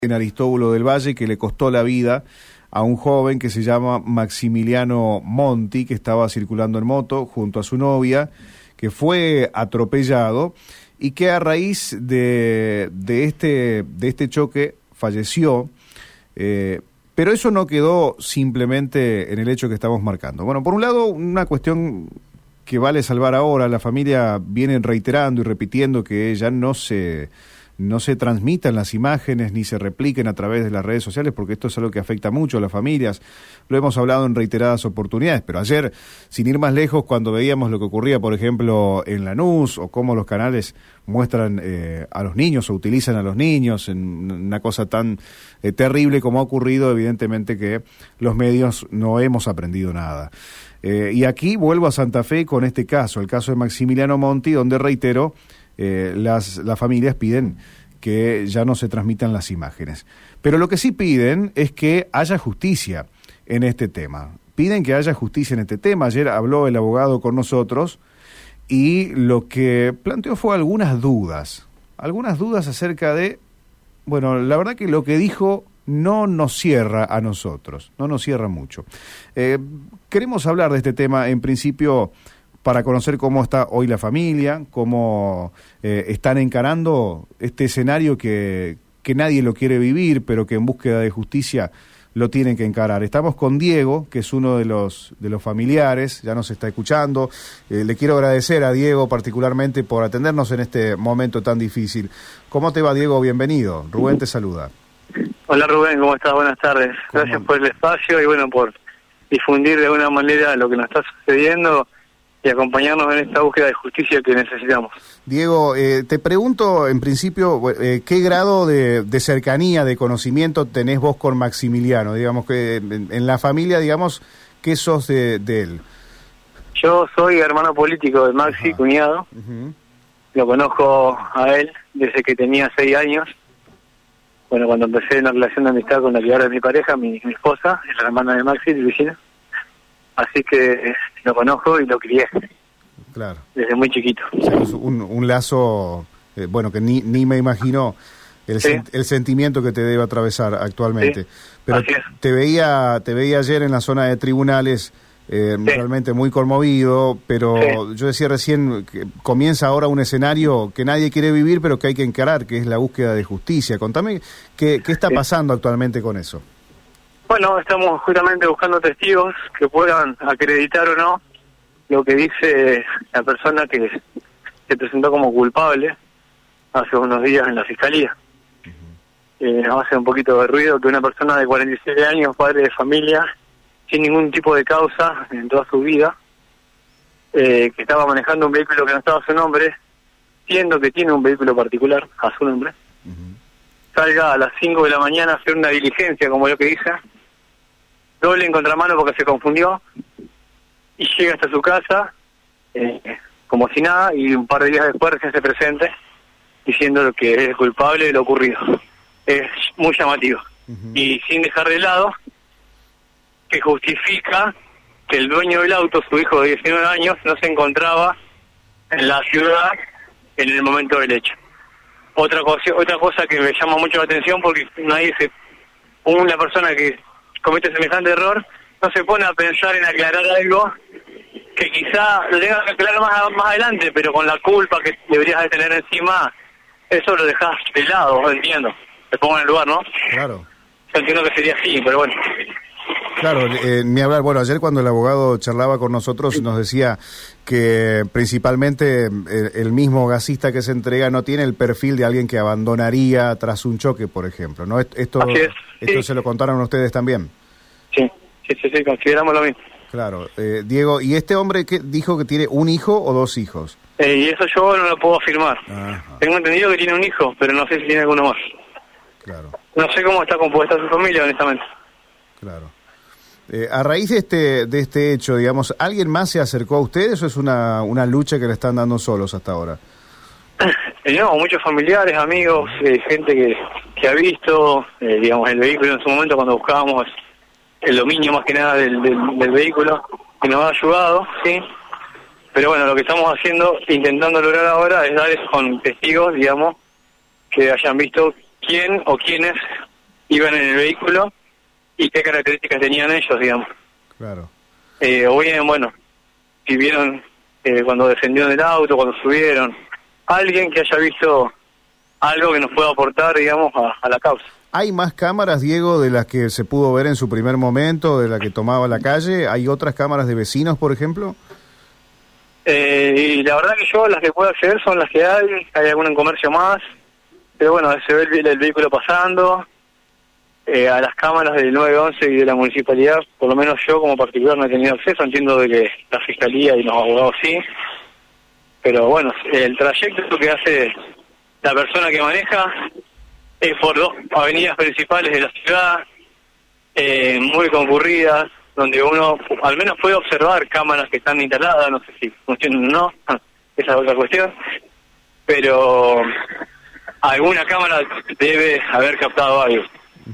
en Aristóbulo del Valle que le costó la vida a un joven que se llama Maximiliano Monti, que estaba circulando en moto junto a su novia, que fue atropellado y que a raíz de este choque falleció, pero eso no quedó simplemente en el hecho que estamos marcando. Bueno, por un lado, una cuestión que vale salvar ahora, la familia viene reiterando y repitiendo que ya no se transmitan las imágenes ni se repliquen a través de las redes sociales, porque esto es algo que afecta mucho a las familias. Lo hemos hablado en reiteradas oportunidades, pero ayer, sin ir más lejos, cuando veíamos lo que ocurría, por ejemplo, en Lanús, o cómo los canales muestran a los niños o utilizan a los niños en una cosa tan terrible como ha ocurrido, evidentemente que los medios no hemos aprendido nada. Y aquí vuelvo a Santa Fe con este caso, el caso de Maximiliano Monti, donde reitero, las familias piden que ya no se transmitan las imágenes. Pero lo que sí piden es que haya justicia en este tema. Piden que haya justicia en este tema. Ayer habló el abogado con nosotros y lo que planteó fue algunas dudas acerca de, bueno, la verdad que lo que dijo no nos cierra a nosotros, no nos cierra mucho. Queremos hablar de este tema en principio para conocer cómo está hoy la familia, cómo están encarando este escenario que nadie lo quiere vivir, pero que en búsqueda de justicia lo tienen que encarar. Estamos con Diego, que es uno de los familiares, ya nos está escuchando. Le quiero agradecer a Diego particularmente por atendernos en este momento tan difícil. ¿Cómo te va, Diego? Bienvenido. Rubén te saluda. Hola Rubén, ¿cómo estás? Buenas tardes. Gracias por el espacio y bueno, por difundir de alguna manera lo que nos está sucediendo y acompañarnos en esta búsqueda de justicia que necesitamos. Diego, te pregunto en principio, ¿qué grado de cercanía, de conocimiento tenés vos con Maximiliano? Digamos que en la familia, digamos, ¿qué sos de él? Yo soy hermano político de Maxi, ajá, cuñado. Uh-huh. Lo conozco a él desde que tenía 6 años. Bueno, cuando empecé una relación de amistad con la que ahora es mi pareja, mi esposa, es la hermana de Maxi, Luisina. Así que lo conozco y lo crié. Claro. Desde muy chiquito. O sea, es un lazo, bueno, que ni me imagino el sentimiento que te debe atravesar actualmente. Sí. Pero te veía ayer en la zona de tribunales realmente muy conmovido, pero yo decía recién que comienza ahora un escenario que nadie quiere vivir, pero que hay que encarar, que es la búsqueda de justicia. Contame, ¿qué está pasando actualmente con eso? Bueno, estamos justamente buscando testigos que puedan acreditar o no lo que dice la persona que se presentó como culpable hace unos días en la fiscalía. Nos hace un poquito de ruido que una persona de 47 años, padre de familia, sin ningún tipo de causa en toda su vida, que estaba manejando un vehículo que no estaba a su nombre, siendo que tiene un vehículo particular a su nombre, salga a las 5 de la mañana a hacer una diligencia, como lo que dice, doble en contramano porque se confundió, y llega hasta su casa como si nada, y un par de días después se hace presente diciendo que es culpable de lo ocurrido. Es muy llamativo. Uh-huh. Y sin dejar de lado que justifica que el dueño del auto, su hijo de 19 años, no se encontraba en la ciudad en el momento del hecho. Otra cosa que me llama mucho la atención, porque una persona que comete semejante error no se pone a pensar en aclarar algo que quizá lo tengas que aclarar más adelante, pero con la culpa que deberías de tener encima, eso lo dejas de lado, entiendo. Te pongo en el lugar, ¿no? Claro. Yo entiendo que sería así, pero bueno. Claro, ni hablar. Bueno, ayer cuando el abogado charlaba con nosotros nos decía que principalmente el mismo gasista que se entrega no tiene el perfil de alguien que abandonaría tras un choque, por ejemplo, ¿no? Esto sí. ¿Se lo contaron a ustedes también? Sí, consideramos lo mismo. Claro. Diego, ¿y este hombre que dijo que tiene un hijo o 2 hijos? Y eso yo no lo puedo afirmar. Ajá. Tengo entendido que tiene un hijo, pero no sé si tiene alguno más. Claro. No sé cómo está compuesta su familia, honestamente. Claro. A raíz de este hecho, digamos, ¿alguien más se acercó a ustedes o es una lucha que le están dando solos hasta ahora? No, muchos familiares, amigos, gente que ha visto, digamos, el vehículo en su momento cuando buscábamos el dominio más que nada del vehículo, que nos ha ayudado, sí. Pero bueno, lo que estamos haciendo, intentando lograr ahora, es dar con testigos, digamos, que hayan visto quién o quiénes iban en el vehículo y qué características tenían ellos, digamos. Claro. O bien, bueno, si vieron cuando descendieron del auto, cuando subieron, alguien que haya visto algo que nos pueda aportar, digamos, a la causa. ¿Hay más cámaras, Diego, de las que se pudo ver en su primer momento, de la que tomaba la calle? ¿Hay otras cámaras de vecinos, por ejemplo? Y la verdad que yo las que puedo acceder son las que hay alguna en comercio más, pero bueno, se ve el vehículo pasando. A las cámaras del 911 y de la municipalidad, por lo menos yo como particular no he tenido acceso, entiendo de que la fiscalía y los abogados sí, pero bueno, el trayecto que hace la persona que maneja es por 2 avenidas principales de la ciudad, muy concurridas, donde uno al menos puede observar cámaras que están instaladas, no sé si funcionan o no, esa es otra cuestión, pero alguna cámara debe haber captado algo.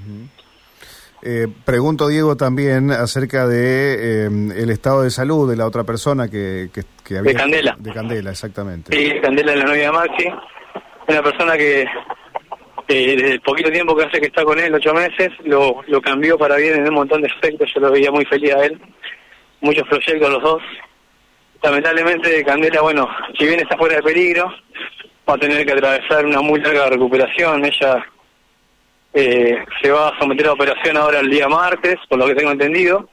Pregunto, Diego, también acerca de el estado de salud de la otra persona que había... De Candela. De Candela, exactamente. Sí, Candela es la novia de Maxi, una persona que desde el poquito tiempo que hace que está con él, 8 meses, lo cambió para bien en un montón de aspectos. Yo lo veía muy feliz a él, muchos proyectos los dos. Lamentablemente Candela, bueno, si bien está fuera de peligro, va a tener que atravesar una muy larga recuperación. Ella se va a someter a operación ahora el día martes, por lo que tengo entendido.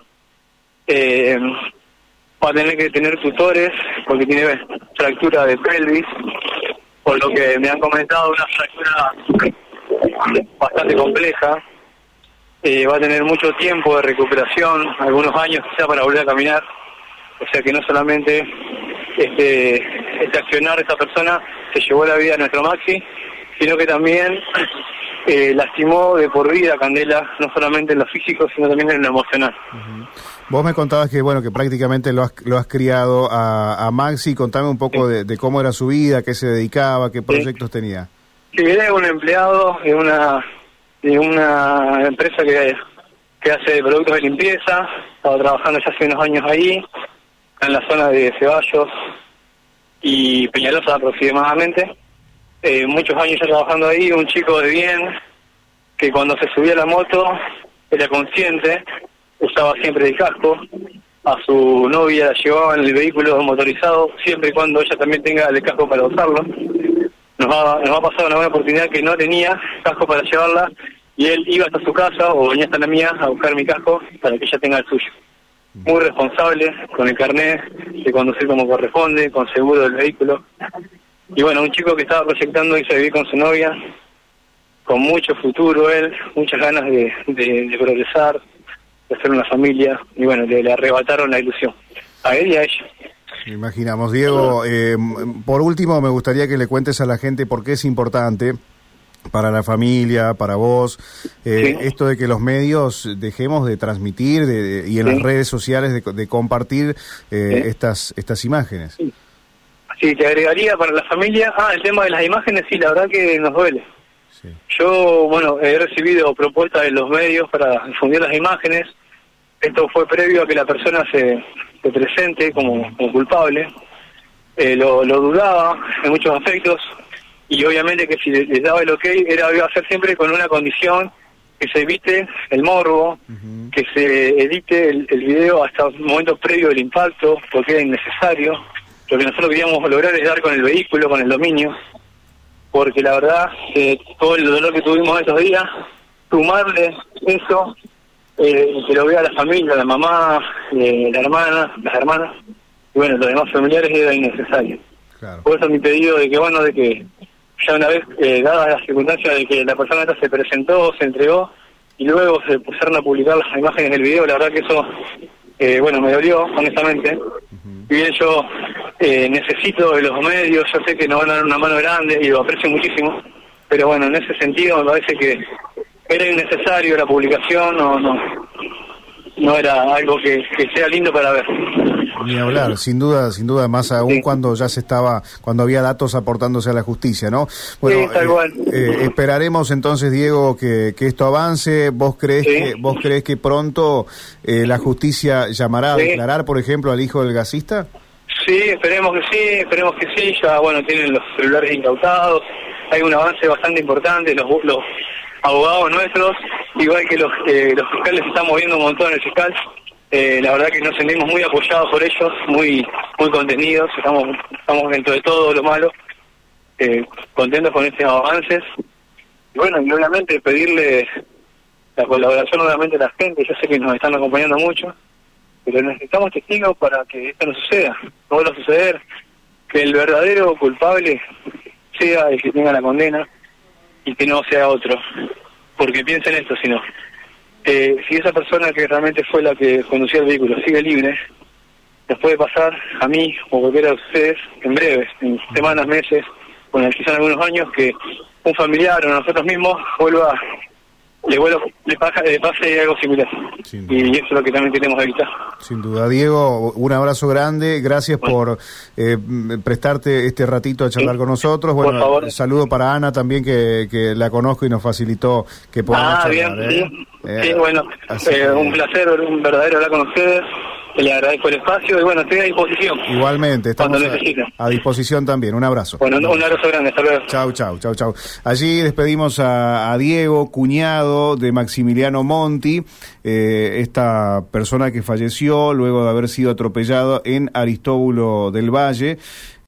Va a tener que tener tutores porque tiene fractura de pelvis, por lo que me han comentado, una fractura bastante compleja. Va a tener mucho tiempo de recuperación, algunos años quizá para volver a caminar. O sea que no solamente este accionar de esta persona se llevó la vida a nuestro Maxi, sino que también lastimó de por vida a Candela, no solamente en lo físico, sino también en lo emocional. Uh-huh. Vos me contabas que bueno que prácticamente lo has criado a Maxi. Contame un poco de cómo era su vida, qué se dedicaba, qué proyectos tenía. Sí, era un empleado de una empresa que hace productos de limpieza. Estaba trabajando ya hace unos años ahí, en la zona de Ceballos y Peñalosa aproximadamente. Muchos años ya trabajando ahí, un chico de bien, que cuando se subía a la moto era consciente, usaba siempre el casco, a su novia la llevaba en el vehículo motorizado, siempre y cuando ella también tenga el casco para usarlo. Nos va a pasar una buena oportunidad que no tenía casco para llevarla, y él iba hasta su casa, o venía hasta la mía, a buscar mi casco para que ella tenga el suyo. Muy responsable, con el carnet de conducir como corresponde, con seguro del vehículo. Y bueno, un chico que estaba proyectando irse a vivir con su novia, con mucho futuro él, muchas ganas de progresar, de hacer una familia, y bueno, le arrebataron la ilusión, a él y a ella. Imaginamos. Diego, por último me gustaría que le cuentes a la gente por qué es importante para la familia, para vos, sí, esto de que los medios dejemos de transmitir y en las redes sociales de compartir estas imágenes. Sí, te agregaría para la familia, el tema de las imágenes, sí, la verdad que nos duele. Sí. Yo, bueno, he recibido propuestas de los medios para difundir las imágenes. Esto fue previo a que la persona se presente como culpable. Lo dudaba en muchos aspectos, y obviamente que si les daba el ok, iba a ser siempre con una condición: que se evite el morbo, que se edite el video hasta un momento previo del impacto, porque era innecesario. Lo que nosotros queríamos lograr es dar con el vehículo, con el dominio, porque la verdad, todo el dolor que tuvimos estos días, sumarle eso, que lo vea la familia, la mamá, las hermanas, y bueno, los demás familiares, era innecesario. Claro. Por eso mi pedido de que ya una vez, dadas las circunstancias de que la persona esta se presentó, se entregó, y luego se pusieron a publicar las imágenes del video, la verdad que eso, me dolió, honestamente. Y bien, yo necesito de los medios, yo sé que nos van a dar una mano grande y lo aprecio muchísimo, pero bueno, en ese sentido me parece que era innecesario la publicación, no era algo que sea lindo para ver. Ni hablar, sin duda, más aún cuando cuando había datos aportándose a la justicia, ¿no? Bueno, sí, tal cual. Esperaremos entonces, Diego, que esto avance. ¿Vos crees que pronto la justicia llamará a declarar, por ejemplo, al hijo del gasista? Sí, esperemos que sí. Ya, bueno, tienen los celulares incautados. Hay un avance bastante importante. abogados nuestros, igual que los fiscales se están moviendo un montón en el fiscal. La verdad que nos sentimos muy apoyados por ellos, muy contenidos, estamos dentro de todo lo malo, contentos con estos avances. Y bueno, y obviamente pedirle la colaboración nuevamente a la gente. Yo sé que nos están acompañando mucho, pero necesitamos testigos para que esto no suceda, no vuelva a suceder, que el verdadero culpable sea el que tenga la condena y que no sea otro, porque piensen esto, si no, si esa persona que realmente fue la que conducía el vehículo sigue libre, les puede pasar a mí o cualquiera de ustedes en breves, en semanas, meses, o quizás en algunos años, que un familiar o nosotros mismos le pase algo similar. Y eso es lo que también queremos evitar. Sin duda. Diego, un abrazo grande, gracias por prestarte este ratito a charlar con nosotros. Bueno, por favor. Saludo para Ana también, que la conozco y nos facilitó que podamos charlar. Bien, sí, bueno, un placer, un verdadero hablar con ustedes. Le agradezco el espacio y bueno, estoy a disposición. Igualmente, estamos a disposición también. Un abrazo. Bueno, un abrazo grande, hasta luego. Chau. Allí despedimos a Diego, cuñado de Maximiliano Monti, esta persona que falleció luego de haber sido atropellado en Aristóbulo del Valle.